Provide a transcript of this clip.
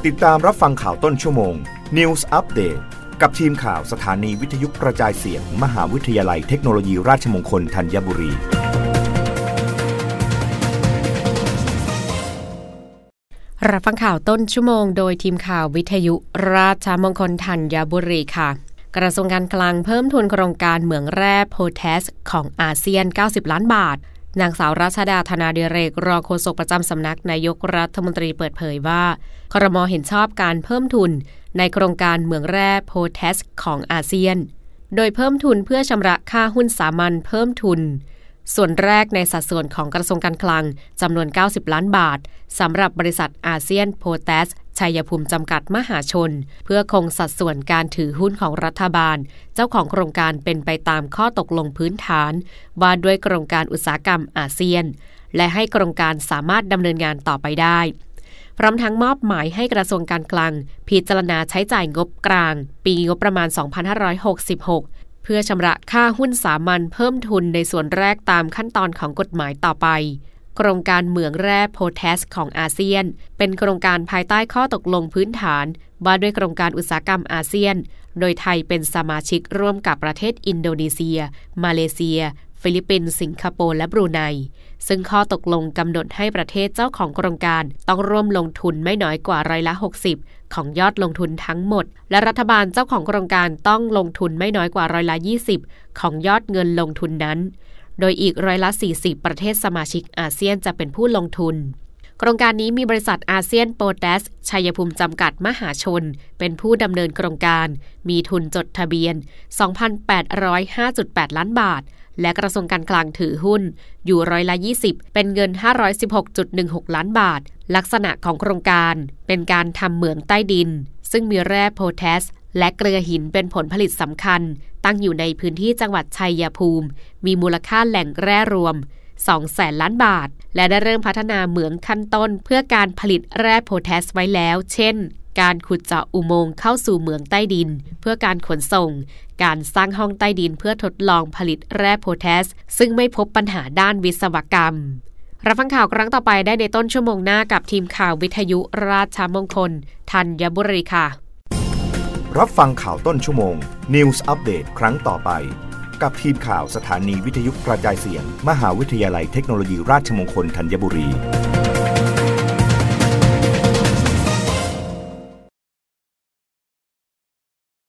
ติดตามรับฟังข่าวต้นชั่วโมง News Update กับทีมข่าวสถานีวิทยุกระจายเสียง มหาวิทยาลัยเทคโนโลยีราชมงคลธัญบุรีรับฟังข่าวต้นชั่วโมงโดยทีมข่าววิทยุราชมงคลธัญบุรีค่ะกระทรวงการคลังเพิ่มทุนโครงการเหมืองแร่โพแทสของอาเซียน90ล้านบาทนางสาวรัชดาธนาดิเรกรองโฆษกประจำสำนักนายกรัฐมนตรีเปิดเผยว่าครม.เห็นชอบการเพิ่มทุนในโครงการเหมืองแร่โพแทสของอาเซียนโดยเพิ่มทุนเพื่อชำระค่าหุ้นสามัญเพิ่มทุนส่วนแรกในสัดส่วนของกระทรวงการคลังจำนวน90ล้านบาทสำหรับบริษัทอาเซียนโพแทสชัยภูมิจำกัดมหาชนเพื่อคงสัดส่วนการถือหุ้นของรัฐบาลเจ้าของโครงการเป็นไปตามข้อตกลงพื้นฐานว่าด้วยโครงการอุตสาหกรรมอาเซียนและให้โครงการสามารถดำเนินงานต่อไปได้พร้อมทั้งมอบหมายให้กระทรวงการคลังพิจารณาใช้จ่ายงบกลางปีงบประมาณ2566เพื่อชำระค่าหุ้นสามัญเพิ่มทุนในส่วนแรกตามขั้นตอนของกฎหมายต่อไปโครงการเหมืองแร่โพแทสของอาเซียนเป็นโครงการภายใต้ข้อตกลงพื้นฐานว่าด้วยโครงการอุตสาหกรรมอาเซียนโดยไทยเป็นสมาชิกร่วมกับประเทศอินโดนีเซียมาเลเซียฟิลิปปินส์สิงคโปร์และบรูไนซึ่งข้อตกลงกำหนดให้ประเทศเจ้าของโครงการต้องร่วมลงทุนไม่น้อยกว่า60%ของยอดลงทุนทั้งหมดและรัฐบาลเจ้าของโครงการต้องลงทุนไม่น้อยกว่า20%ของยอดเงินลงทุนนั้นโดยอีก40%ประเทศสมาชิกอาเซียนจะเป็นผู้ลงทุนโครงการนี้มีบริษัทอาเซียนโพแทสชัยภูมิจำกัดมหาชนเป็นผู้ดำเนินโครงการมีทุนจดทะเบียน 2,805.8 ล้านบาทและกระทรวงการคลังถือหุ้นอยู่20%เป็นเงิน 516.16 ล้านบาทลักษณะของโครงการเป็นการทำเหมืองใต้ดินซึ่งมีแร่โพแทสและเกลือหินเป็นผลผลิตสำคัญตั้งอยู่ในพื้นที่จังหวัดชัยภูมิมีมูลค่าแหล่งแร่รวม 200,000 ล้านบาทและได้เริ่มพัฒนาเหมืองขั้นต้นเพื่อการผลิตแร่โพแทสไว้แล้วเช่นการขุดเจาะอุโมงค์เข้าสู่เหมืองใต้ดินเพื่อการขนส่งการสร้างห้องใต้ดินเพื่อทดลองผลิตแร่โพแทสซึ่งไม่พบปัญหาด้านวิศวกรรมรับฟังข่าวครั้งต่อไปได้ในต้นชั่วโมงหน้ากับทีมข่าววิทยุราชมงคลธัญบุรีค่ะรับฟังข่าวต้นชั่วโมง News Update ครั้งต่อไปกับทีมข่าวสถานีวิทยุกระจายเสียง มหาวิทยาลัยเทคโนโลยีราชมงคลธัญบุรี